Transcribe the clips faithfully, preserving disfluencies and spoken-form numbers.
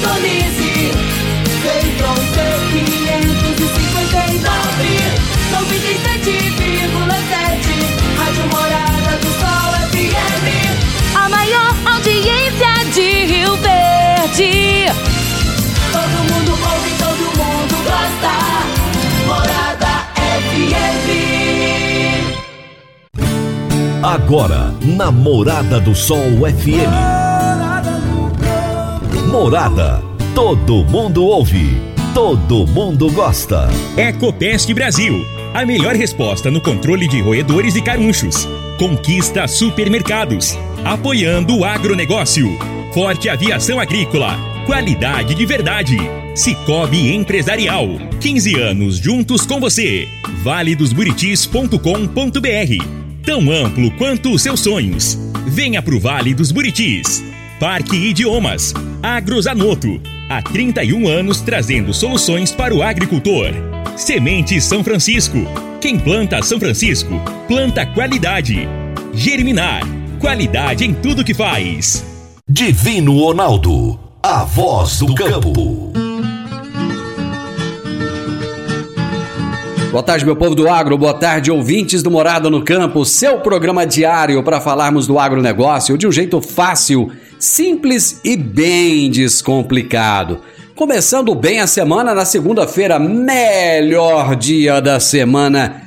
sintonize. Central T quinhentos e cinquenta e nove, noventa e sete vírgula sete, Rádio Morada do Sol F M. A maior audiência de Rio Verde. Todo mundo ouve, todo mundo gosta. Morada F M. Agora, na Morada do Sol F M. Morada. Todo mundo ouve. Todo mundo gosta. Ecopest Brasil. A melhor resposta no controle de roedores e carunchos. Conquista supermercados. Apoiando o agronegócio. Forte Aviação Agrícola. Qualidade de verdade. Cicobi Empresarial. quinze anos juntos com você. vale dos buritis ponto com ponto b r. Tão amplo quanto os seus sonhos. Venha pro Vale dos Buritis. Parque Idiomas. Agrozanoto. Há trinta e um anos trazendo soluções para o agricultor. Semente São Francisco. Quem planta São Francisco, planta qualidade. Germinar. Qualidade em tudo que faz. Divino Ronaldo. A voz do campo. Boa tarde, meu povo do agro, boa tarde, ouvintes do Morada no Campo, seu programa diário para falarmos do agronegócio de um jeito fácil, simples e bem descomplicado. Começando bem a semana na segunda-feira, melhor dia da semana,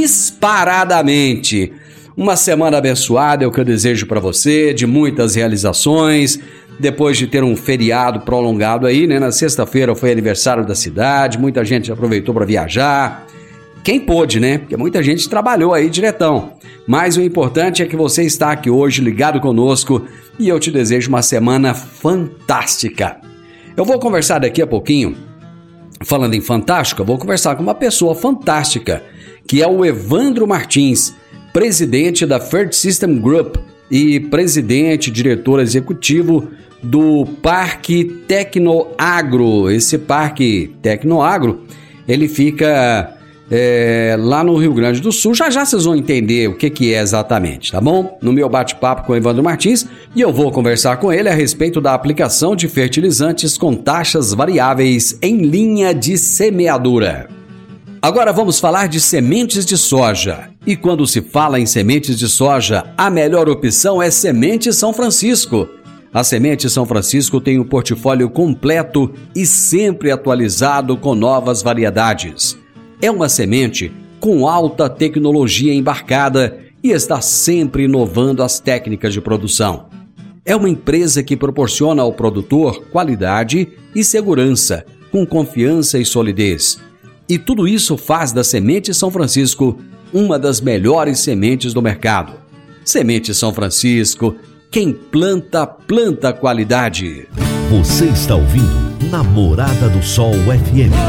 disparadamente. Uma semana abençoada é o que eu desejo para você, de muitas realizações. Depois de ter um feriado prolongado aí, né? Na sexta-feira foi aniversário da cidade, muita gente aproveitou para viajar. Quem pôde, né? Porque muita gente trabalhou aí diretão. Mas o importante é que você está aqui hoje ligado conosco e eu te desejo uma semana fantástica. Eu vou conversar daqui a pouquinho, falando em fantástico, eu vou conversar com uma pessoa fantástica, que é o Evandro Martins, presidente da Fert System Group e presidente, diretor executivo do Parque Tecnoagro. Esse Parque Tecnoagro, ele fica é, lá no Rio Grande do Sul. Já já vocês vão entender o que, que é exatamente, tá bom? No meu bate-papo com o Evandro Martins, e eu vou conversar com ele a respeito da aplicação de fertilizantes com taxas variáveis em linha de semeadura. Agora vamos falar de sementes de soja. E quando se fala em sementes de soja, a melhor opção é Semente São Francisco. A Semente São Francisco tem um portfólio completo e sempre atualizado com novas variedades. É uma semente com alta tecnologia embarcada e está sempre inovando as técnicas de produção. É uma empresa que proporciona ao produtor qualidade e segurança, com confiança e solidez. E tudo isso faz da Semente São Francisco uma das melhores sementes do mercado. Semente São Francisco, quem planta, planta qualidade. Você está ouvindo Namorada do Sol F M.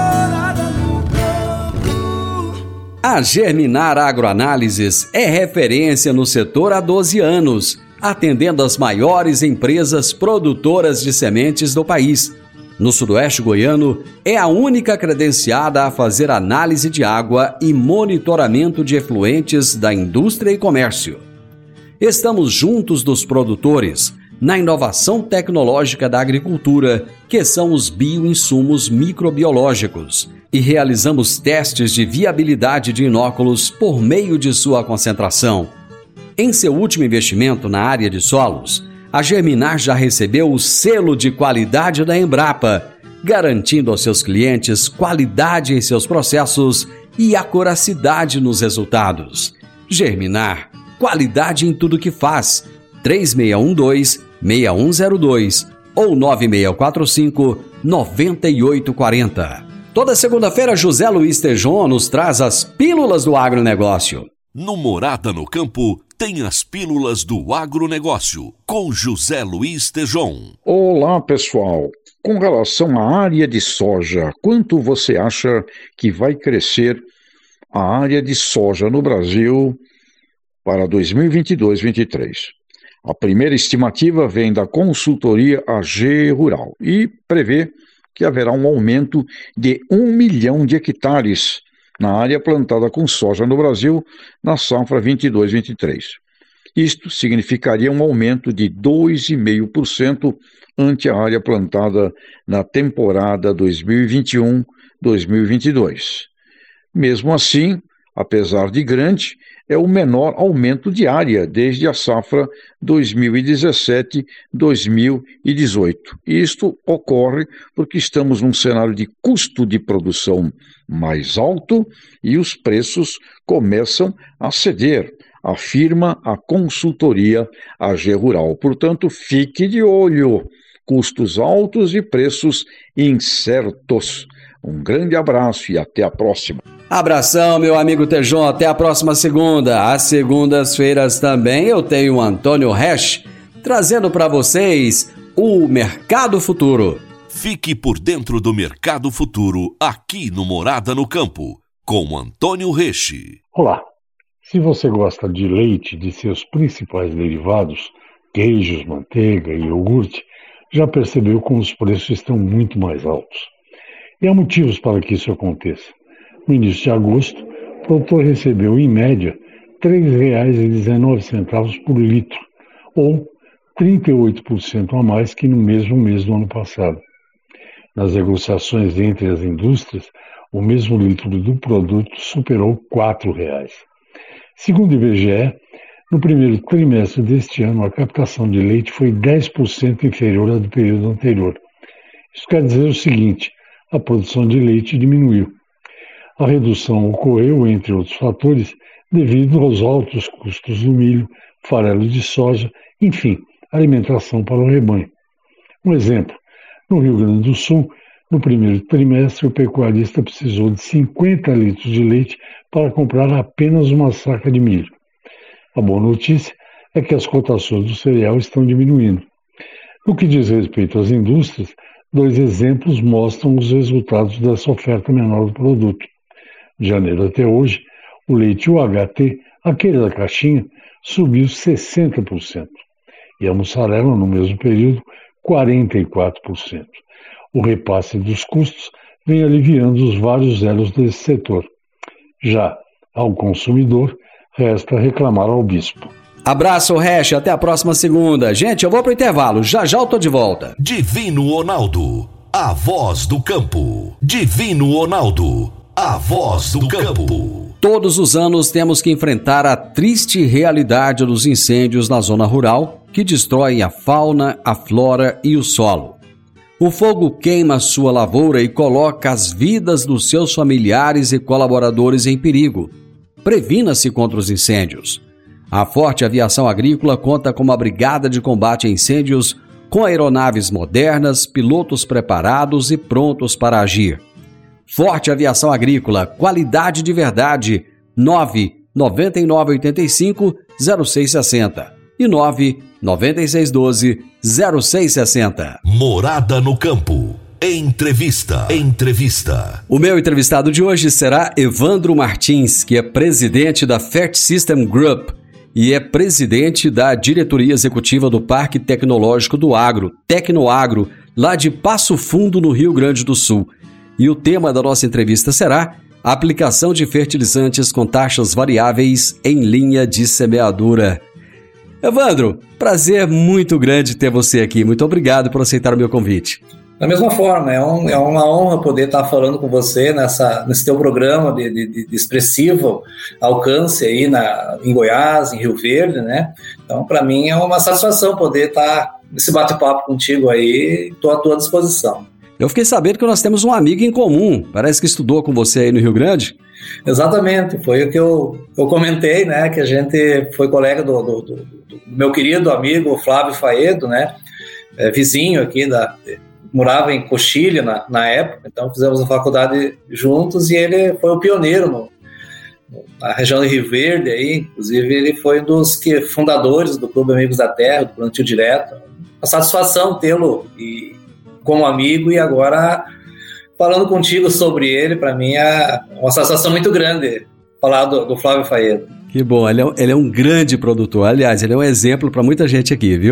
A Germinar Agroanálises é referência no setor há doze anos, atendendo as maiores empresas produtoras de sementes do país. No sudoeste goiano, é a única credenciada a fazer análise de água e monitoramento de efluentes da indústria e comércio. Estamos juntos dos produtores na inovação tecnológica da agricultura, que são os bioinsumos microbiológicos, e realizamos testes de viabilidade de inóculos por meio de sua concentração. Em seu último investimento na área de solos, a Germinar já recebeu o selo de qualidade da Embrapa, garantindo aos seus clientes qualidade em seus processos e acuracidade nos resultados. Germinar, qualidade em tudo que faz. três seis um dois, seis um zero dois ou nove seis quatro cinco, nove oito quatro zero. Toda segunda-feira, José Luiz Tejon nos traz as pílulas do agronegócio. No Morada no Campo, tem as pílulas do agronegócio, com José Luiz Tejon. Olá, pessoal. Com relação à área de soja, quanto você acha que vai crescer a área de soja no Brasil para dois mil e vinte e dois, vinte e três? A primeira estimativa vem da consultoria A G Rural e prevê que haverá um aumento de um milhão de hectares na área plantada com soja no Brasil na safra vinte e dois, vinte e três. Isto significaria um aumento de dois vírgula cinco por cento ante a área plantada na temporada dois mil e vinte e um dois mil e vinte e dois. Mesmo assim, apesar de grande, é o menor aumento de área desde a safra dois mil e dezessete dois mil e dezoito. Isto ocorre porque estamos num cenário de custo de produção mais alto e os preços começam a ceder, afirma a consultoria A G Rural. Portanto, fique de olho. Custos altos e preços incertos. Um grande abraço e até a próxima. Abração, meu amigo Tejon, até a próxima segunda. Às segundas-feiras também eu tenho o Antônio Resch trazendo para vocês o Mercado Futuro. Fique por dentro do Mercado Futuro aqui no Morada no Campo, com Antônio Resch. Olá, se você gosta de leite e de seus principais derivados, queijos, manteiga e iogurte, já percebeu como os preços estão muito mais altos. E há motivos para que isso aconteça. No início de agosto, o produtor recebeu, em média, três reais e dezenove centavos por litro, ou trinta e oito por cento a mais que no mesmo mês do ano passado. Nas negociações entre as indústrias, o mesmo litro do produto superou quatro reais. Segundo o I B G E, no primeiro trimestre deste ano, a captação de leite foi dez por cento inferior à do período anterior. Isso quer dizer o seguinte: a produção de leite diminuiu. A redução ocorreu, entre outros fatores, devido aos altos custos do milho, farelo de soja, enfim, alimentação para o rebanho. Um exemplo, no Rio Grande do Sul, no primeiro trimestre, o pecuarista precisou de cinquenta litros de leite para comprar apenas uma saca de milho. A boa notícia é que as cotações do cereal estão diminuindo. No que diz respeito às indústrias, dois exemplos mostram os resultados dessa oferta menor do produto. De janeiro até hoje, o leite U H T, aquele da caixinha, subiu sessenta por cento e a mussarela, no mesmo período, quarenta e quatro por cento. O repasse dos custos vem aliviando os vários elos desse setor. Já ao consumidor, resta reclamar ao bispo. Abraço, Resch, até a próxima segunda. Gente, eu vou pro intervalo, já já eu tô de volta. Divino Ronaldo, a voz do campo. Divino Ronaldo, a voz do campo. Todos os anos temos que enfrentar a triste realidade dos incêndios na zona rural, que destroem a fauna, a flora e o solo. O fogo queima sua lavoura e coloca as vidas dos seus familiares e colaboradores em perigo. Previna-se contra os incêndios. A Forte Aviação Agrícola conta com uma brigada de combate a incêndios com aeronaves modernas, pilotos preparados e prontos para agir. Forte Aviação Agrícola, qualidade de verdade, nove nove nove oito cinco zero seis seis zero e nove nove seis um dois zero seis seis zero. Morada no Campo. Entrevista. Entrevista. O meu entrevistado de hoje será Evandro Martins, que é presidente da Fert System Group e é presidente da diretoria executiva do Parque Tecnológico do Agro, Tecnoagro, lá de Passo Fundo, no Rio Grande do Sul. E o tema da nossa entrevista será a aplicação de fertilizantes com taxas variáveis em linha de semeadura. Evandro, prazer muito grande ter você aqui. Muito obrigado por aceitar o meu convite. Da mesma forma, é, um, é uma honra poder estar falando com você nessa, nesse teu programa de, de, de expressivo alcance aí na, em Goiás, em Rio Verde, né? Então, para mim é uma satisfação poder estar nesse bate-papo contigo aí, estou à tua disposição. Eu fiquei sabendo que nós temos um amigo em comum, parece que estudou com você aí no Rio Grande. Exatamente, foi o que eu, eu comentei, né, que a gente foi colega do, do, do, do meu querido amigo Flávio Faedo, né, é, vizinho aqui, da, morava em Coxilha na, na época, então fizemos a faculdade juntos e ele foi o pioneiro no, na região de Rio Verde, aí, inclusive ele foi um dos que, fundadores do Clube Amigos da Terra, do Plantio Direto. Uma satisfação tê-lo e como amigo, e agora falando contigo sobre ele, para mim é uma satisfação muito grande falar do, do Flávio Faedo. Que bom, ele é, ele é um grande produtor, aliás, ele é um exemplo para muita gente aqui, viu?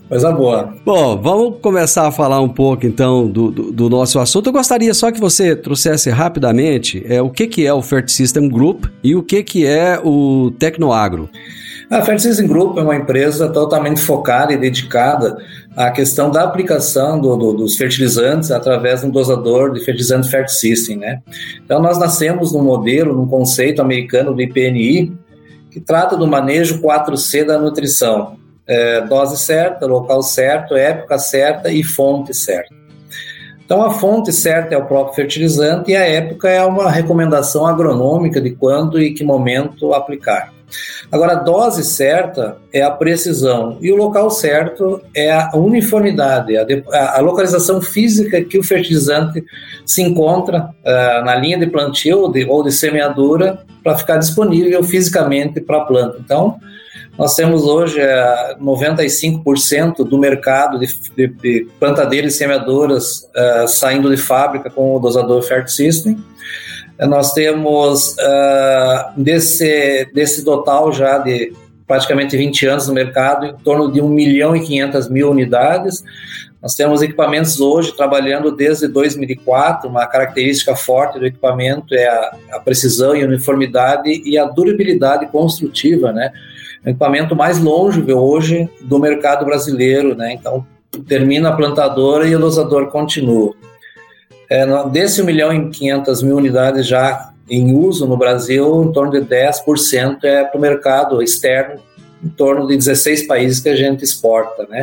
Coisa boa. Bom, vamos começar a falar um pouco então do, do, do nosso assunto. Eu gostaria só que você trouxesse rapidamente é, o que, que é o Fertisystem Group e o que, que é o Tecnoagro. A Fertisystem Group é uma empresa totalmente focada e dedicada à questão da aplicação do, do, dos fertilizantes através de um dosador de fertilizante Fertisystem, né? Então nós nascemos num modelo, num conceito americano do I P N I, que trata do manejo quatro C da nutrição. É, dose certa, local certo, época certa e fonte certa. Então a fonte certa é o próprio fertilizante e a época é uma recomendação agronômica de quando e que momento aplicar. Agora a dose certa é a precisão e o local certo é a uniformidade, a, de, a localização física que o fertilizante se encontra uh, na linha de plantio de, ou de semeadura para ficar disponível fisicamente para a planta. Então nós temos hoje uh, noventa e cinco por cento do mercado de, de, de plantadeiras e semeadoras uh, saindo de fábrica com o dosador Fertisystem. Uh, nós temos, uh, desse, desse total já de praticamente vinte anos no mercado, em torno de um milhão e quinhentas mil unidades. Nós temos equipamentos hoje trabalhando desde dois mil e quatro, uma característica forte do equipamento é a, a precisão e uniformidade e a durabilidade construtiva, né? O equipamento mais longínquo hoje do mercado brasileiro, né? Então, termina a plantadora e o dosador continua. É, desse um milhão e quinhentas mil unidades já em uso no Brasil, em torno de dez por cento é para o mercado externo, em torno de dezesseis países que a gente exporta, né?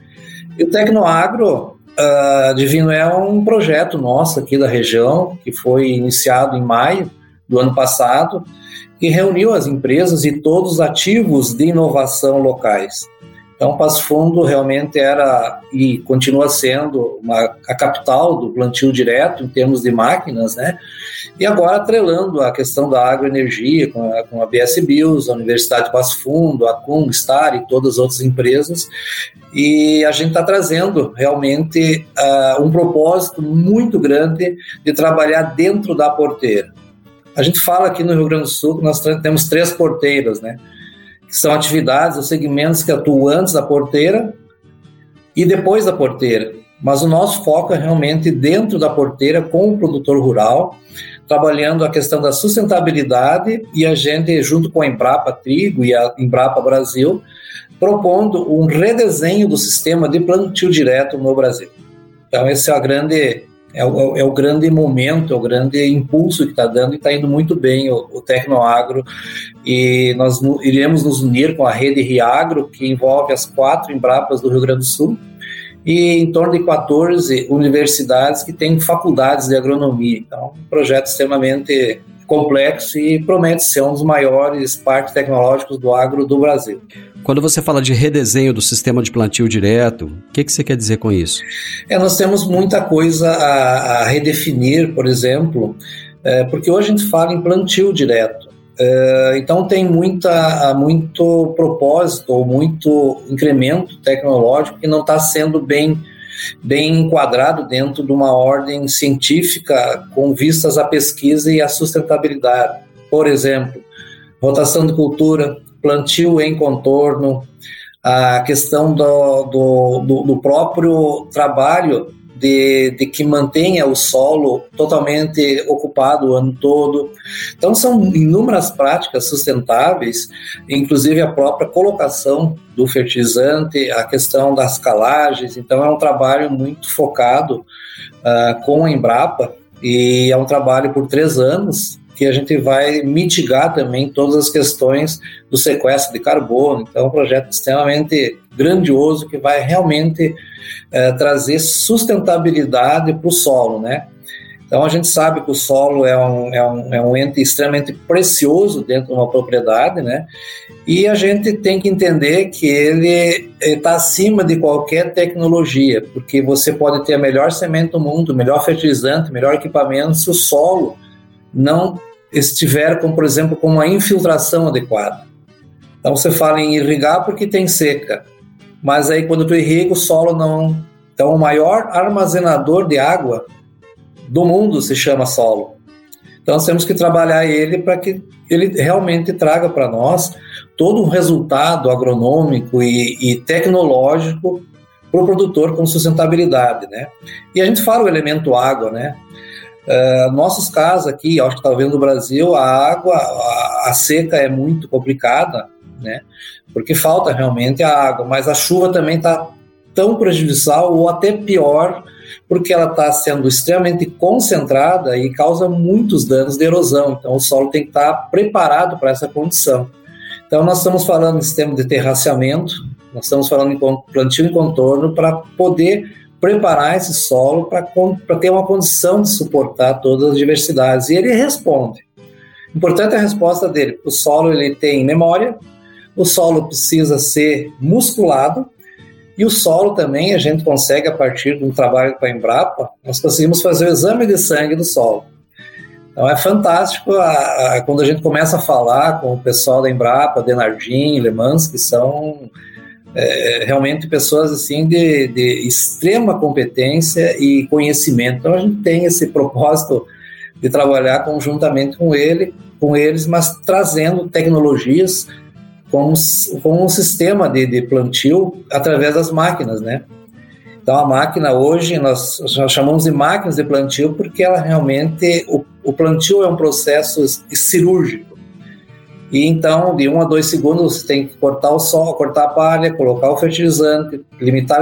E o Tecnoagro, uh, Divino, é um projeto nosso aqui da região, que foi iniciado em maio do ano passado, que reuniu as empresas e todos os ativos de inovação locais. Então, Passo Fundo realmente era e continua sendo uma, a capital do plantio direto em termos de máquinas, né? E agora atrelando a questão da agroenergia com a, com a B S Bios, a Universidade de Passo Fundo, a Kung, Star e todas as outras empresas. E a gente está trazendo realmente uh, um propósito muito grande de trabalhar dentro da porteira. A gente fala aqui no Rio Grande do Sul que nós temos três porteiras, né? Que são atividades ou segmentos que atuam antes da porteira e depois da porteira. Mas o nosso foco é realmente dentro da porteira com o produtor rural, trabalhando a questão da sustentabilidade e a gente, junto com a Embrapa Trigo e a Embrapa Brasil, propondo um redesenho do sistema de plantio direto no Brasil. Então esse é a grande... É o, é o grande momento, é o grande impulso que está dando e está indo muito bem o, o Tecnoagro, e nós no, iremos nos unir com a rede Riagro, que envolve as quatro Embrapas do Rio Grande do Sul e em torno de quatorze universidades que têm faculdades de agronomia. Então, um projeto extremamente complexo e promete ser um dos maiores parques tecnológicos do agro do Brasil. Quando você fala de redesenho do sistema de plantio direto, o que, que você quer dizer com isso? É, nós temos muita coisa a, a redefinir, por exemplo, é, porque hoje a gente fala em plantio direto. É, então tem muita, muito propósito ou muito incremento tecnológico que não está sendo bem, bem enquadrado dentro de uma ordem científica com vistas à pesquisa e à sustentabilidade. Por exemplo, rotação de cultura, plantio em contorno, a questão do, do, do, do próprio trabalho de, de que mantenha o solo totalmente ocupado o ano todo. Então são inúmeras práticas sustentáveis, inclusive a própria colocação do fertilizante, a questão das calagens. Então é um trabalho muito focado uh, com a Embrapa, e é um trabalho por três anos que a gente vai mitigar também todas as questões do sequestro de carbono. Então, é um projeto extremamente grandioso que vai realmente é, trazer sustentabilidade para o solo, né? Então, a gente sabe que o solo é um, é, um, é um ente extremamente precioso dentro de uma propriedade, né? E a gente tem que entender que ele está acima de qualquer tecnologia, porque você pode ter a melhor semente do mundo, o melhor fertilizante, o melhor equipamento, se o solo não estiver, como, por exemplo, com uma infiltração adequada. Então você fala em irrigar porque tem seca, mas aí quando tu irriga o solo não... Então o maior armazenador de água do mundo se chama solo. Então nós temos que trabalhar ele para que ele realmente traga para nós todo um resultado agronômico e, e tecnológico para o produtor com sustentabilidade, né? E a gente fala o elemento água, né? Uh, nossos casos aqui, acho que está vendo no Brasil, a água, a, a seca é muito complicada, né? Porque falta realmente a água, mas a chuva também está tão prejudicial ou até pior, porque ela está sendo extremamente concentrada e causa muitos danos de erosão. Então o solo tem que estar preparado para essa condição. Então nós estamos falando em sistema de terraceamento, nós estamos falando em plantio em contorno para poder preparar esse solo para ter uma condição de suportar todas as diversidades. E ele responde. Importante é a resposta dele. O solo ele tem memória, o solo precisa ser musculado, e o solo também a gente consegue, a partir de um trabalho com a Embrapa, nós conseguimos fazer o exame de sangue do solo. Então é fantástico a, a, quando a gente começa a falar com o pessoal da Embrapa, Denardim, Le Mans, que são é, realmente pessoas assim, de, de extrema competência e conhecimento. Então a gente tem esse propósito de trabalhar conjuntamente com, ele, com eles, mas trazendo tecnologias com, com um sistema de, de plantio através das máquinas, né? Então a máquina hoje, nós já chamamos de máquinas de plantio porque ela realmente, o, o plantio é um processo cirúrgico. E então, de um a dois segundos, você tem que cortar o solo, cortar a palha, colocar o fertilizante, limitar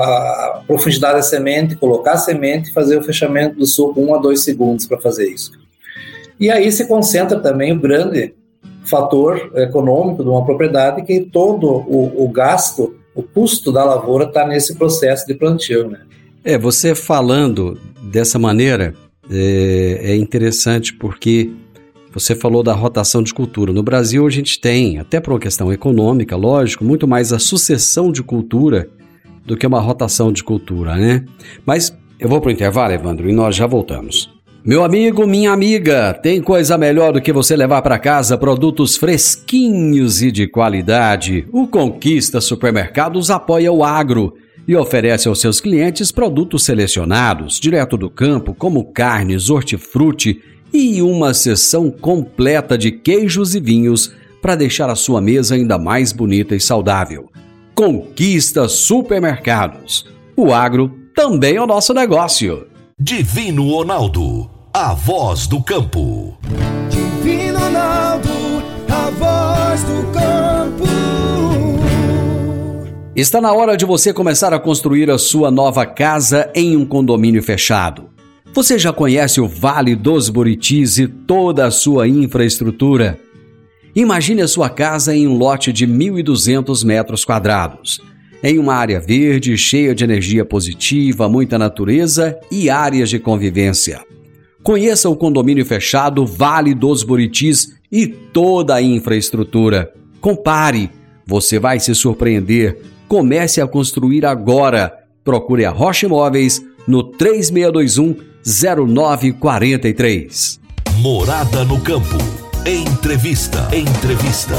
a profundidade da semente, colocar a semente e fazer o fechamento do suco um a dois segundos para fazer isso. E aí se concentra também o grande fator econômico de uma propriedade, que todo o, o gasto, o custo da lavoura está nesse processo de plantio, né? É, você falando dessa maneira é, é interessante porque você falou da rotação de cultura. No Brasil a gente tem, até por uma questão econômica, lógico, muito mais a sucessão de cultura do que uma rotação de cultura, né? Mas eu vou para o intervalo, Evandro, e nós já voltamos. Meu amigo, minha amiga, tem coisa melhor do que você levar para casa produtos fresquinhos e de qualidade. O Conquista Supermercados apoia o agro e oferece aos seus clientes produtos selecionados, direto do campo, como carnes, hortifruti e uma seção completa de queijos e vinhos para deixar a sua mesa ainda mais bonita e saudável. Conquista Supermercados. O agro também é o nosso negócio. Divino Ronaldo, a voz do campo. Divino Ronaldo, a voz do campo. Está na hora de você começar a construir a sua nova casa em um condomínio fechado. Você já conhece o Vale dos Buritis e toda a sua infraestrutura? Imagine a sua casa em um lote de mil e duzentos metros quadrados. Em uma área verde, cheia de energia positiva, muita natureza e áreas de convivência. Conheça o condomínio fechado Vale dos Buritis e toda a infraestrutura. Compare, você vai se surpreender. Comece a construir agora. Procure a Rocha Imóveis no três seis dois um, zero nove quatro três. Morada no Campo. Entrevista. Entrevista.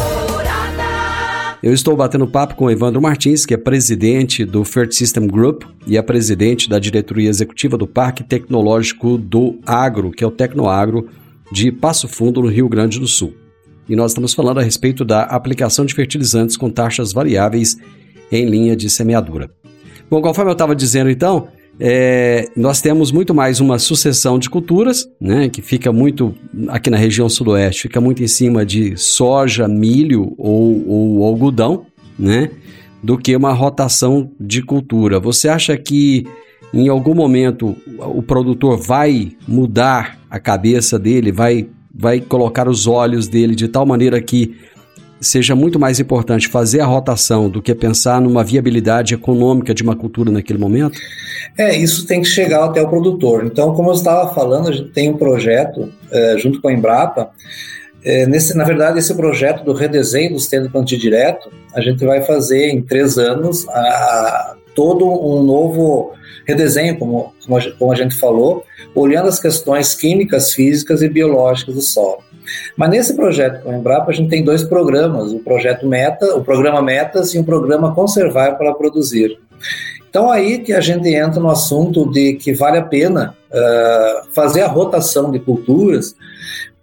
Eu estou batendo papo com o Evandro Martins, que é presidente do Fert System Group e é presidente da diretoria executiva do Parque Tecnológico do Agro, que é o Tecnoagro de Passo Fundo, no Rio Grande do Sul. E nós estamos falando a respeito da aplicação de fertilizantes com taxas variáveis em linha de semeadura. Bom, conforme eu estava dizendo então, é, nós temos muito mais uma sucessão de culturas, né, que fica muito, aqui na região sudoeste, fica muito em cima de soja, milho ou, ou algodão, né, do que uma rotação de cultura. Você acha que em algum momento o produtor vai mudar a cabeça dele, vai, vai colocar os olhos dele de tal maneira que seja muito mais importante fazer a rotação do que pensar numa viabilidade econômica de uma cultura naquele momento? É, isso tem que chegar até o produtor. Então, como eu estava falando, a gente tem um projeto é, junto com a Embrapa. É, nesse, na verdade, esse projeto do redesenho do sistema de plantio direto, a gente vai fazer em três anos a, a, todo um novo redesenho, como, como, a, como a gente falou, olhando as questões químicas, físicas e biológicas do solo. Mas nesse projeto com a Embrapa a gente tem dois programas, o projeto Meta, o programa Metas e um programa Conservar para Produzir. Então aí que a gente entra no assunto de que vale a pena uh, fazer a rotação de culturas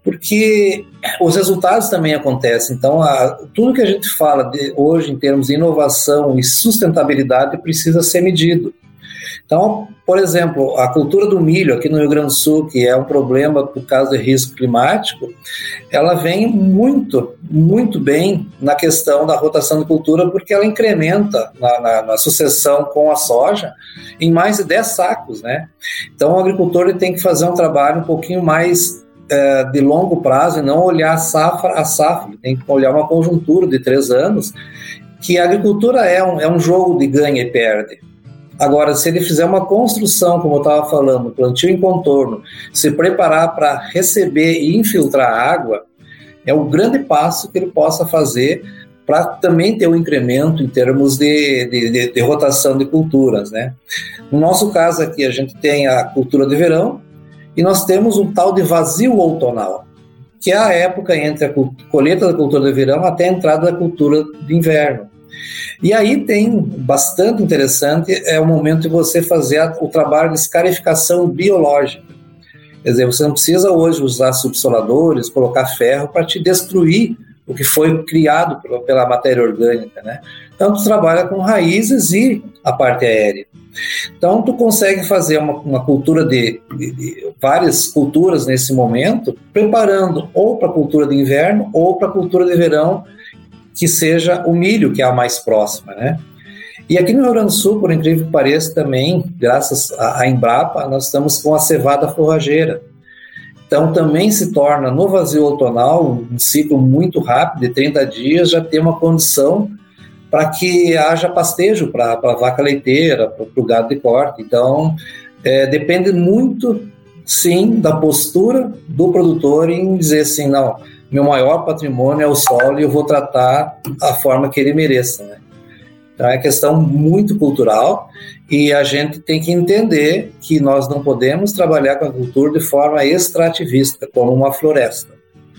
porque os resultados também acontecem. Então, a, tudo que a gente fala de, hoje em termos de inovação e sustentabilidade precisa ser medido. Então, por exemplo, a cultura do milho aqui no Rio Grande do Sul, que é um problema por causa do risco climático, ela vem muito, muito bem na questão da rotação de cultura, porque ela incrementa na, na, na sucessão com a soja em mais de dez sacos, né? Então, o agricultor ele tem que fazer um trabalho um pouquinho mais é, de longo prazo e não olhar a safra a safra, ele tem que olhar uma conjuntura de três anos, que a agricultura é um, é um jogo de ganha e perde. Agora, se ele fizer uma construção, como eu estava falando, plantio em contorno, se preparar para receber e infiltrar água, é o grande passo que ele possa fazer para também ter um incremento em termos de, de, de, de rotação de culturas, né? No nosso caso aqui, a gente tem a cultura de verão e nós temos um tal de vazio outonal, que é a época entre a colheita da cultura de verão até a entrada da cultura de inverno. E aí tem, bastante interessante, é o momento de você fazer a, o trabalho de escarificação biológica. Quer dizer, você não precisa hoje usar subsoladores, colocar ferro para te destruir o que foi criado pela, pela matéria orgânica, né? Então, tu trabalha com raízes e a parte aérea. Então, tu consegue fazer uma, uma cultura de, de, de várias culturas nesse momento, preparando ou para a cultura de inverno ou para a cultura de verão, que seja o milho, que é a mais próxima, né? E aqui no Rio Grande do Sul, por incrível que pareça, também, graças à Embrapa, nós estamos com a cevada forrageira. Então, também se torna, no vazio outonal, um ciclo muito rápido, de trinta dias, já ter uma condição para que haja pastejo para a vaca leiteira, para o gado de corte. Então, é, depende muito, sim, da postura do produtor em dizer assim, não, meu maior patrimônio é o solo e eu vou tratar a forma que ele mereça, né? Então é questão muito cultural e a gente tem que entender que nós não podemos trabalhar com a agricultura de forma extrativista, como uma floresta.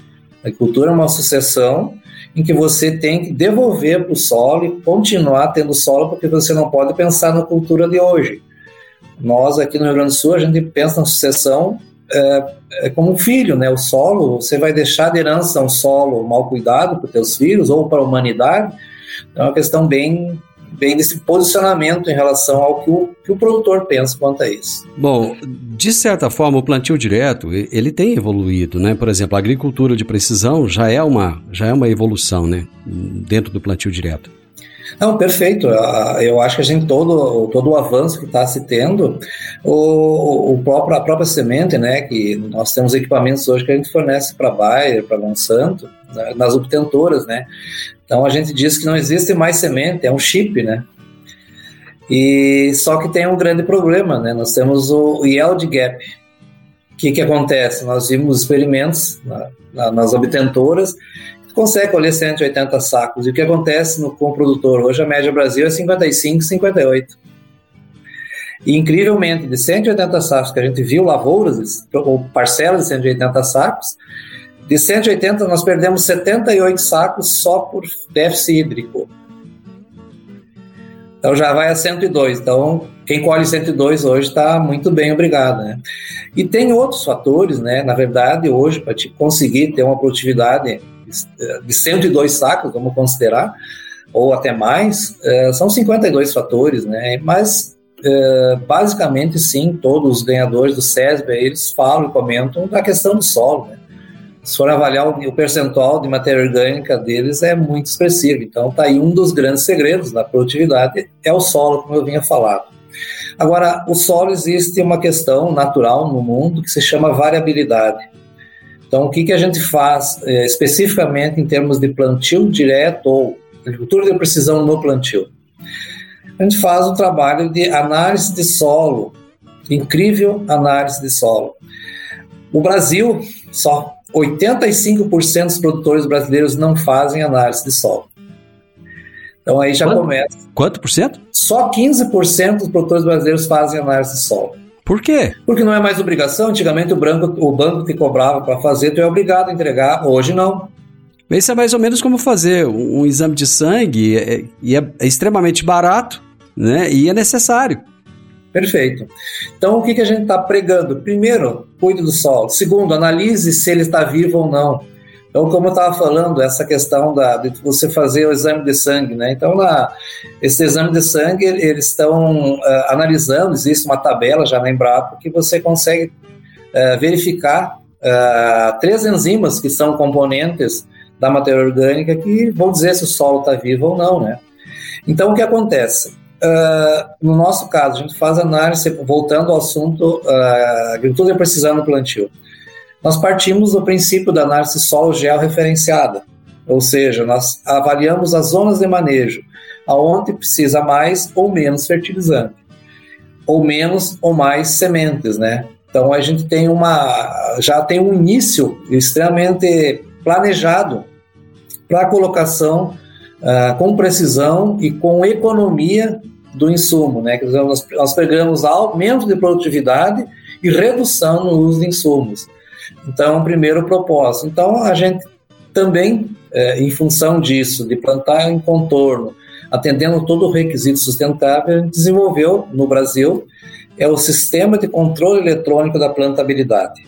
A agricultura é uma sucessão em que você tem que devolver para o solo e continuar tendo solo, porque você não pode pensar na cultura de hoje. Nós aqui no Rio Grande do Sul, a gente pensa na sucessão É, é como um filho, né? O solo, você vai deixar de herança um solo mal cuidado para os teus filhos ou para a humanidade. Então é uma questão bem, bem desse posicionamento em relação ao que o, que o produtor pensa quanto a isso. Bom, de certa forma, o plantio direto, ele tem evoluído, né? Por exemplo, a agricultura de precisão já é uma, já é uma evolução, né? Dentro do plantio direto. Não, perfeito. Eu acho que a gente, todo, todo o avanço que está se tendo, o, o próprio, a própria semente, né, que nós temos equipamentos hoje que a gente fornece para a Bayer, para a Monsanto, né, nas obtentoras, né. Então a gente diz que não existe mais semente, é um chip, né. E só que tem um grande problema, né, nós temos o yield gap. O que que acontece? Nós vimos experimentos na, na, nas obtentoras, consegue colher cento e oitenta sacos. E o que acontece no, com o produtor? Hoje a média Brasil é cinquenta e cinco, cinquenta e oito. E incrivelmente, de cento e oitenta sacos que a gente viu lavouras, ou parcelas de cento e oitenta sacos, de cento e oitenta nós perdemos setenta e oito sacos só por déficit hídrico. Então já vai a cento e dois. Então quem colhe cento e dois hoje está muito bem, obrigado, né? E tem outros fatores, né? Na verdade, hoje, para te conseguir ter uma produtividade de cento e dois sacos, vamos considerar, ou até mais, é, são cinquenta e dois fatores, né? Mas, é, basicamente, sim, todos os ganhadores do SESB, eles falam e comentam da questão do solo, né? Se for avaliar o, o percentual de matéria orgânica deles, é muito expressivo. Então, está aí um dos grandes segredos da produtividade, é o solo, como eu vinha falando. Agora, o solo, existe uma questão natural no mundo que se chama variabilidade. Então, o que, que a gente faz é, especificamente em termos de plantio direto ou agricultura de precisão no plantio? A gente faz um trabalho de análise de solo, incrível análise de solo. No Brasil, só oitenta e cinco por cento dos produtores brasileiros não fazem análise de solo. Então, aí já Quanto? começa. Quanto por cento? Só quinze por cento dos produtores brasileiros fazem análise de solo. Por quê? Porque não é mais obrigação. Antigamente o, branco, o banco te cobrava para fazer, tu é obrigado a entregar. Hoje não. Isso é mais ou menos como fazer um, um exame de sangue, é, e é, é extremamente barato, né? E é necessário. Perfeito. Então, o que, que a gente está pregando? Primeiro, cuide do solo. Segundo, analise se ele está vivo ou não. Então, como eu estava falando, essa questão da, de você fazer o exame de sangue, né? Então, na, esse exame de sangue, eles estão uh, analisando, existe uma tabela já na Embrapa que você consegue uh, verificar uh, três enzimas que são componentes da matéria orgânica que vão dizer se o solo está vivo ou não, né? Então, o que acontece? Uh, no nosso caso, a gente faz análise, voltando ao assunto uh, agricultura de precisão no plantio. Nós partimos do princípio da análise solo georreferenciada, ou seja, nós avaliamos as zonas de manejo, aonde precisa mais ou menos fertilizante, ou menos ou mais sementes, né? Então a gente tem uma, já tem um início extremamente planejado para a colocação uh, com precisão e com economia do insumo, né? Quer dizer, nós, nós pegamos aumento de produtividade e redução no uso de insumos. Então, primeiro propósito. Então, a gente também, é, em função disso, de plantar em contorno, atendendo todo o requisito sustentável, a gente desenvolveu no Brasil é o sistema de controle eletrônico da plantabilidade.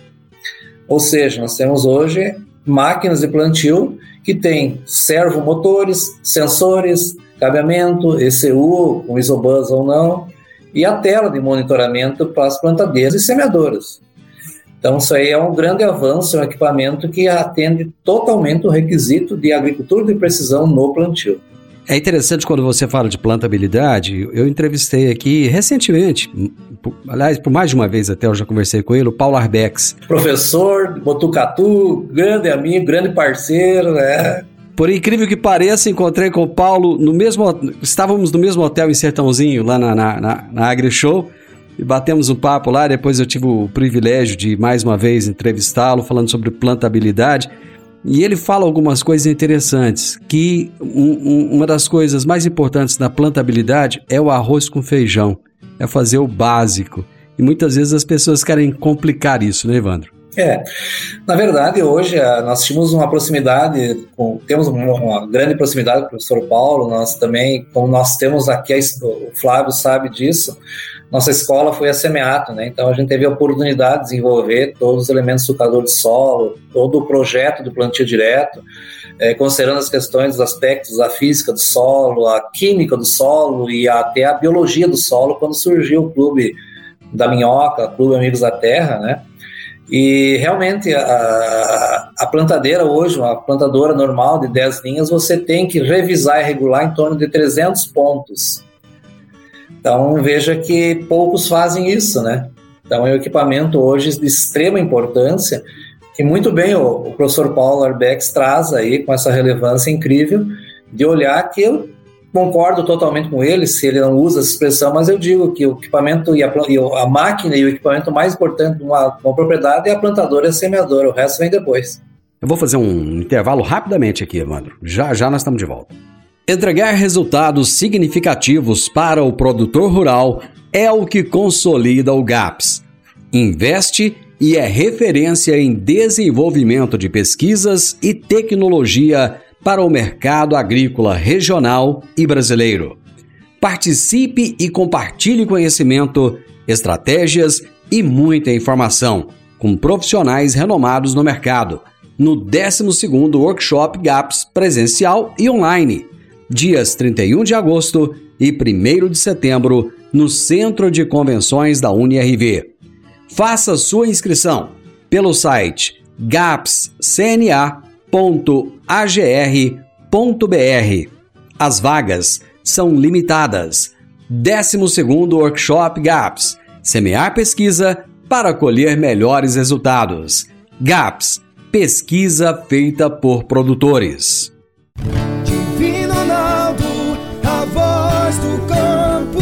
Ou seja, nós temos hoje máquinas de plantio que têm servomotores, sensores, cabeamento, E C U, com isobus ou não, e a tela de monitoramento para as plantadeiras e semeadoras. Então, isso aí é um grande avanço, é um equipamento que atende totalmente o requisito de agricultura de precisão no plantio. É interessante quando você fala de plantabilidade. Eu entrevistei aqui recentemente, por, aliás, por mais de uma vez até eu já conversei com ele, o Paulo Arbex. Professor de Botucatu, grande amigo, grande parceiro, né? Por incrível que pareça, encontrei com o Paulo no mesmo, estávamos no mesmo hotel em Sertãozinho, lá na, na, na, na AgriShow, e batemos um papo lá. Depois eu tive o privilégio de mais uma vez entrevistá-lo, falando sobre plantabilidade, e ele fala algumas coisas interessantes, que um, um, uma das coisas mais importantes da plantabilidade é o arroz com feijão, é fazer o básico, e muitas vezes as pessoas querem complicar isso, né, Evandro? É, na verdade hoje nós tínhamos uma proximidade, com, temos uma grande proximidade com o professor Paulo, nós também, como nós temos aqui, o Flávio sabe disso, nossa escola foi a SEMEATO, né? Então a gente teve a oportunidade de desenvolver todos os elementos sucadores de solo, todo o projeto do plantio direto, é, considerando as questões dos aspectos da física do solo, a química do solo e até a biologia do solo, quando surgiu o Clube da Minhoca, o Clube Amigos da Terra, né? E realmente a, a plantadeira hoje, uma plantadora normal de dez linhas, você tem que revisar e regular em torno de trezentos pontos. Então veja que poucos fazem isso, né? Então é um equipamento hoje de extrema importância, que muito bem o, o professor Paulo Arbex traz aí com essa relevância incrível de olhar, que eu concordo totalmente com ele, se ele não usa essa expressão, mas eu digo que o equipamento e a, e a máquina e o equipamento mais importante de uma, uma propriedade é a plantadora e a semeadora, o resto vem depois. Eu vou fazer um intervalo rapidamente aqui, Evandro. Já já nós estamos de volta. Entregar resultados significativos para o produtor rural é o que consolida o GAPS. Investe e é referência em desenvolvimento de pesquisas e tecnologia para o mercado agrícola regional e brasileiro. Participe e compartilhe conhecimento, estratégias e muita informação com profissionais renomados no mercado no décimo segundo Workshop GAPS presencial e online, dias trinta e um de agosto e primeiro de setembro, no Centro de Convenções da U N R V. Faça sua inscrição pelo site gaps c n a ponto a g r ponto b r. As vagas são limitadas. décimo segundo Workshop GAPS. Semear pesquisa para colher melhores resultados. GAPS, pesquisa feita por produtores. Divino Ronaldo, a voz do campo.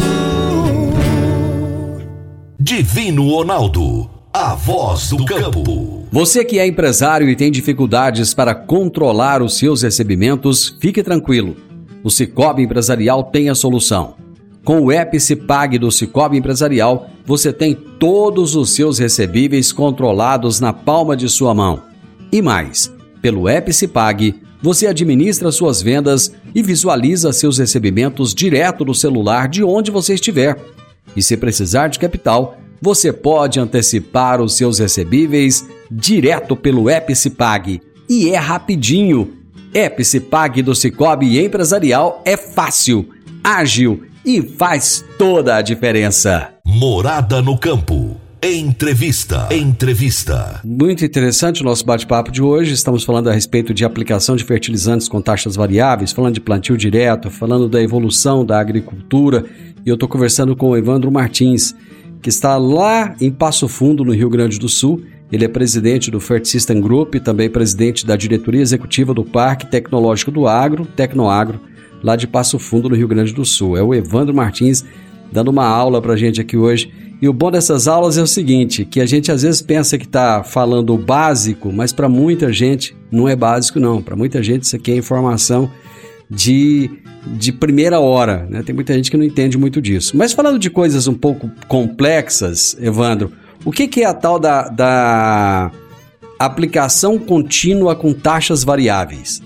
Divino Ronaldo, a voz do campo. Você que é empresário e tem dificuldades para controlar os seus recebimentos, fique tranquilo. O Cicobi Empresarial tem a solução. Com o app Cipag do Cicobi Empresarial, você tem todos os seus recebíveis controlados na palma de sua mão. E mais, pelo app Cipag, você administra suas vendas e visualiza seus recebimentos direto no celular de onde você estiver. E se precisar de capital, você pode antecipar os seus recebíveis direto pelo Epicipag. E é rapidinho. Epicipag do Cicobi Empresarial é fácil, ágil e faz toda a diferença. Morada no Campo. Entrevista. Entrevista. Muito interessante o nosso bate-papo de hoje. Estamos falando a respeito de aplicação de fertilizantes com taxas variáveis, falando de plantio direto, falando da evolução da agricultura. E eu estou conversando com o Evandro Martins, que está lá em Passo Fundo, no Rio Grande do Sul. Ele é presidente do FertSystem Group, também presidente da diretoria executiva do Parque Tecnológico do Agro, Tecnoagro, lá de Passo Fundo, no Rio Grande do Sul. É o Evandro Martins dando uma aula para a gente aqui hoje. E o bom dessas aulas é o seguinte, que a gente às vezes pensa que está falando o básico, mas para muita gente não é básico não. Para muita gente isso aqui é informação de, de primeira hora, né? Tem muita gente que não entende muito disso. Mas falando de coisas um pouco complexas, Evandro, o que, que é a tal da, da aplicação contínua com taxas variáveis?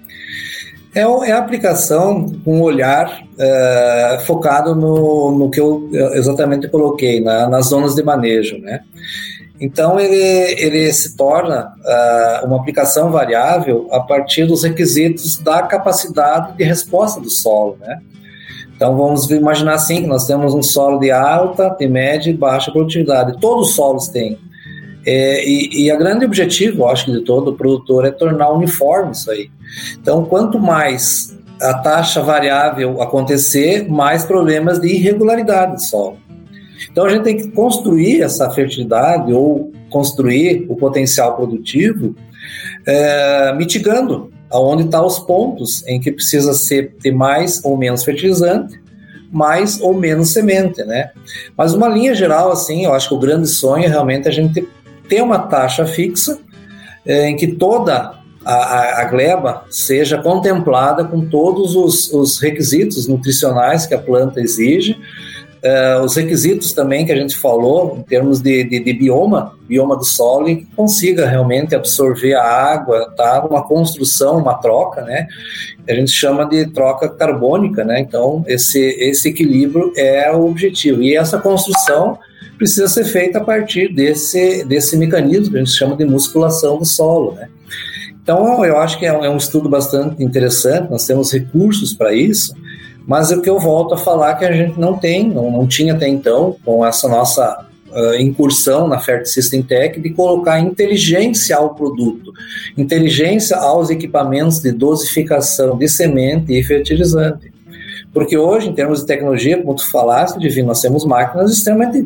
É, é a aplicação com um olhar é, focado no, no que eu exatamente coloquei, na, nas zonas de manejo, né? Então, ele, ele se torna uh, uma aplicação variável a partir dos requisitos da capacidade de resposta do solo, né? Então, vamos imaginar assim, que nós temos um solo de alta, de média e baixa produtividade. Todos os solos têm. É, e, e a grande objetivo, eu acho que de todo o produtor, é tornar uniforme isso aí. Então, quanto mais a taxa variável acontecer, mais problemas de irregularidade do solo. Então, a gente tem que construir essa fertilidade ou construir o potencial produtivo é, mitigando aonde estão os pontos em que precisa ser, ter mais ou menos fertilizante, mais ou menos semente, né? Mas uma linha geral, assim, eu acho que o grande sonho é realmente a gente ter uma taxa fixa é, em que toda a, a, a gleba seja contemplada com todos os, os requisitos nutricionais que a planta exige, Uh, os requisitos também que a gente falou em termos de, de, de bioma, bioma do solo, e que consiga realmente absorver a água, tá? Uma construção, uma troca, né? A gente chama de troca carbônica, né? Então esse, esse equilíbrio é o objetivo, e essa construção precisa ser feita a partir desse, desse mecanismo que a gente chama de musculação do solo, né? Então eu acho que é um, é um estudo bastante interessante, nós temos recursos para isso. Mas o que eu volto a falar é que a gente não tem, não, não tinha até então, com essa nossa uh, incursão na FertSystem Tech, de colocar inteligência ao produto, inteligência aos equipamentos de dosificação de semente e fertilizante. Porque hoje, em termos de tecnologia, como tu falaste, Divino, nós temos máquinas extremamente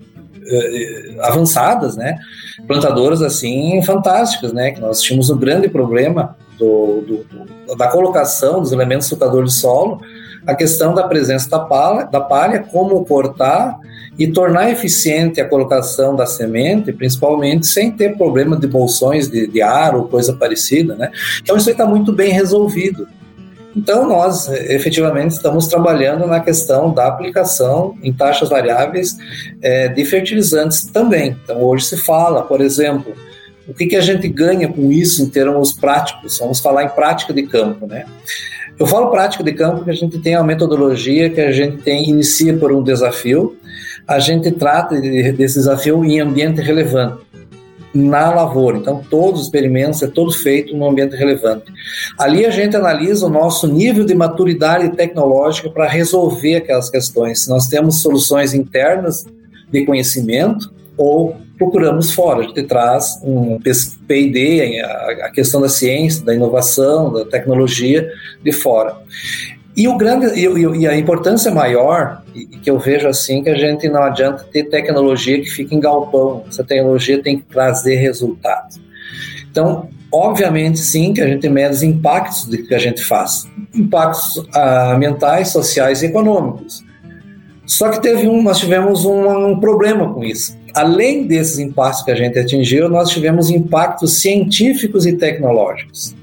uh, avançadas, né? Plantadoras, assim, fantásticas, né? Que nós tínhamos um grande problema do, do, do, da colocação dos elementos sucadores de solo, a questão da presença da palha, da palha, como cortar e tornar eficiente a colocação da semente, principalmente sem ter problema de bolsões de, de ar ou coisa parecida, né? Então isso aí está muito bem resolvido. Então nós efetivamente estamos trabalhando na questão da aplicação em taxas variáveis é, de fertilizantes também. Então hoje se fala, por exemplo, o que, que a gente ganha com isso em termos práticos? Vamos falar em prática de campo, né? Eu falo prática de campo porque a gente tem uma metodologia que a gente tem, inicia por um desafio, a gente trata de, desse desafio em ambiente relevante, na lavoura. Então, todos os experimentos é todo feito no ambiente relevante. Ali a gente analisa o nosso nível de maturidade tecnológica para resolver aquelas questões. Se nós temos soluções internas de conhecimento ou procuramos fora. A gente traz um P e D, a questão da ciência, da inovação, da tecnologia de fora. E, o grande, e, e a importância maior, que eu vejo assim, que a gente não adianta ter tecnologia que fica em galpão. Essa tecnologia tem que trazer resultados. Então, obviamente, sim, que a gente mede os impactos do que a gente faz. Impactos ah, ambientais, sociais e econômicos. Só que teve um, nós tivemos um, um problema com isso. Além desses impactos que a gente atingiu, nós tivemos impactos científicos e tecnológicos.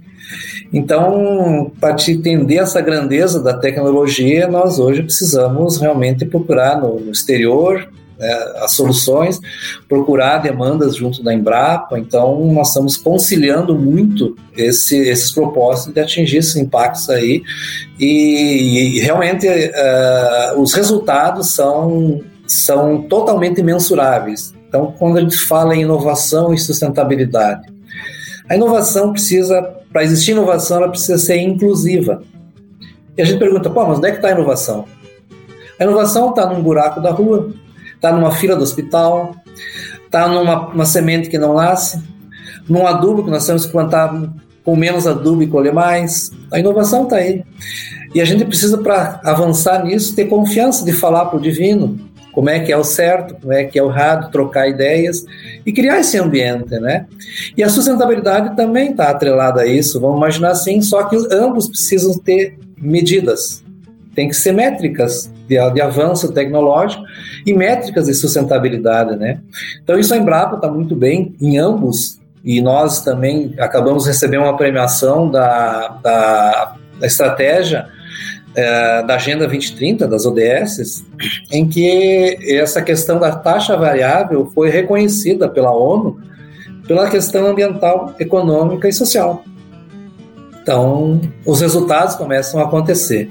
Então, para te entender essa grandeza da tecnologia, nós hoje precisamos realmente procurar no, no exterior né, as soluções, procurar demandas junto da Embrapa. Então, nós estamos conciliando muito esse, esses propósitos de atingir esses impactos aí, e, e realmente uh, os resultados são, são totalmente mensuráveis. Então, quando a gente fala em inovação e sustentabilidade, a inovação precisa, para existir inovação, ela precisa ser inclusiva. E a gente pergunta, pô, mas onde é que está a inovação? A inovação está num buraco da rua, está numa fila do hospital, está numa uma semente que não nasce, num adubo que nós temos que plantar com menos adubo e colher mais. A inovação está aí. E a gente precisa, para avançar nisso, ter confiança de falar para o divino como é que é o certo, como é que é o errado, trocar ideias e criar esse ambiente, né? E a sustentabilidade também está atrelada a isso, vamos imaginar assim, só que ambos precisam ter medidas, tem que ser métricas de, de avanço tecnológico e métricas de sustentabilidade, né? Então isso a Embrapa está muito bem em ambos, e nós também acabamos de receber uma premiação da, da, da estratégia É, da Agenda vinte trinta, das O D S, em que essa questão da taxa variável foi reconhecida pela ONU pela questão ambiental, econômica e social. Então, os resultados começam a acontecer.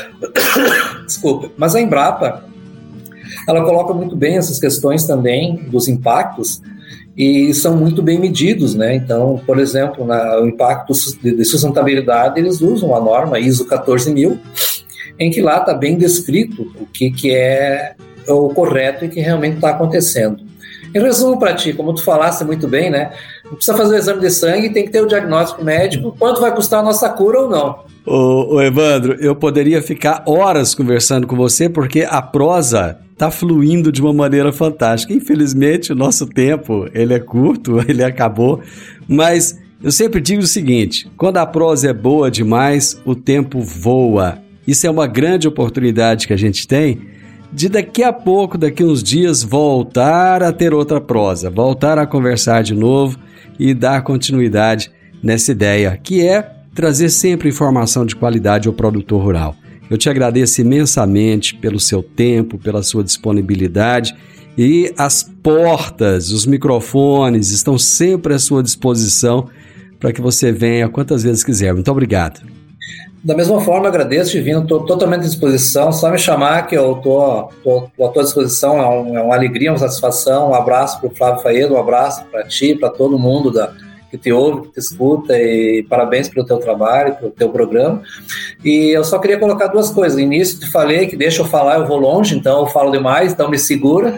Desculpa. Mas a Embrapa, ela coloca muito bem essas questões também dos impactos, e são muito bem medidos, né? Então, por exemplo, na, o impacto de sustentabilidade, eles usam a norma I S O quatorze mil, em que lá está bem descrito o que, que é o correto e que realmente está acontecendo. Em resumo para ti, como tu falaste muito bem, né? Não precisa fazer o exame de sangue, tem que ter o diagnóstico médico, quanto vai custar a nossa cura ou não. Ô, ô Evandro, eu poderia ficar horas conversando com você, porque a prosa está fluindo de uma maneira fantástica. Infelizmente, o nosso tempo ele é curto, ele acabou, mas eu sempre digo o seguinte, quando a prosa é boa demais, o tempo voa. Isso é uma grande oportunidade que a gente tem de daqui a pouco, daqui uns dias, voltar a ter outra prosa, voltar a conversar de novo e dar continuidade nessa ideia, que é trazer sempre informação de qualidade ao produtor rural. Eu te agradeço imensamente pelo seu tempo, pela sua disponibilidade, e as portas, os microfones estão sempre à sua disposição para que você venha quantas vezes quiser. Muito obrigado. Da mesma forma, agradeço, Divino, estou totalmente à disposição, só me chamar que eu estou à tua disposição, é, um, é uma alegria, uma satisfação, um abraço para o Flávio Faedo, um abraço para ti, para todo mundo da, que te ouve, que te escuta, e parabéns pelo teu trabalho, pelo teu programa. E eu só queria colocar duas coisas. No início te falei que deixa eu falar, eu vou longe, então eu falo demais, então me segura.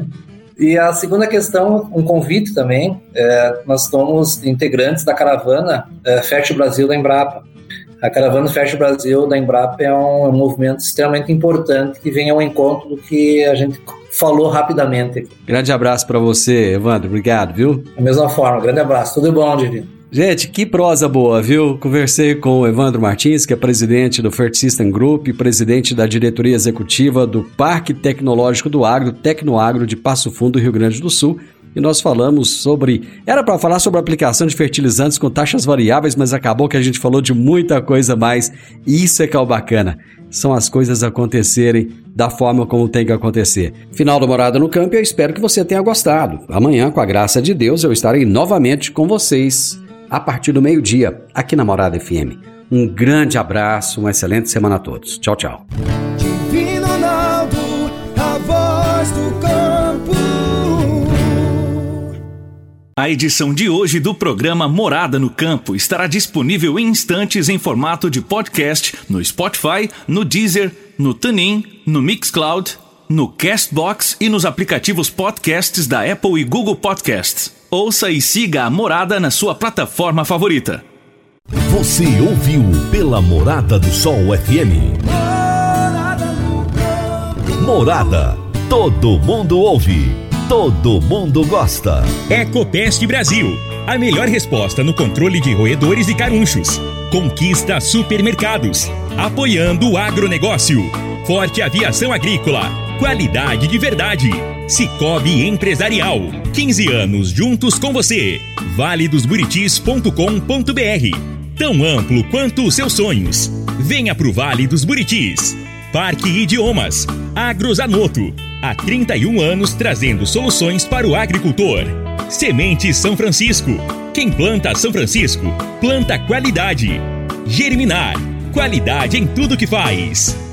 E a segunda questão, um convite também, é, nós somos integrantes da caravana é, Fértil Brasil da Embrapa. A Caravana Fértil Brasil da Embrapa é um, é um movimento extremamente importante que vem ao encontro do que a gente falou rapidamente aqui. Grande abraço para você, Evandro. Obrigado, viu? Da mesma forma, grande abraço. Tudo bom, Divino? Gente, que prosa boa, viu? Conversei com o Evandro Martins, que é presidente do Fertisystem Group e presidente da diretoria executiva do Parque Tecnológico do Agro, Tecnoagro de Passo Fundo, Rio Grande do Sul. E nós falamos sobre... Era para falar sobre a aplicação de fertilizantes com taxas variáveis, mas acabou que a gente falou de muita coisa mais. E isso é que é o bacana. São as coisas acontecerem da forma como tem que acontecer. Final do Morada no Campo, eu espero que você tenha gostado. Amanhã, com a graça de Deus, eu estarei novamente com vocês a partir do meio-dia, aqui na Morada F M. Um grande abraço, uma excelente semana a todos. Tchau, tchau. Divino Ronaldo, a voz do campo. A edição de hoje do programa Morada no Campo estará disponível em instantes em formato de podcast no Spotify, no Deezer, no TuneIn, no Mixcloud, no Castbox e nos aplicativos podcasts da Apple e Google Podcasts. Ouça e siga a Morada na sua plataforma favorita. Você ouviu pela Morada do Sol F M. Morada. Todo mundo ouve. Todo mundo gosta. Ecopest Brasil. A melhor resposta no controle de roedores e carunchos. Conquista Supermercados. Apoiando o agronegócio. Forte Aviação Agrícola. Qualidade de verdade. Cicobi Empresarial. quinze anos juntos com você. vale dos buritis ponto com ponto b r. Tão amplo quanto os seus sonhos. Venha pro Vale dos Buritis. Parque Idiomas. Agrozanoto, há trinta e um anos trazendo soluções para o agricultor. Sementes São Francisco. Quem planta São Francisco, planta qualidade. Germinar, qualidade em tudo que faz.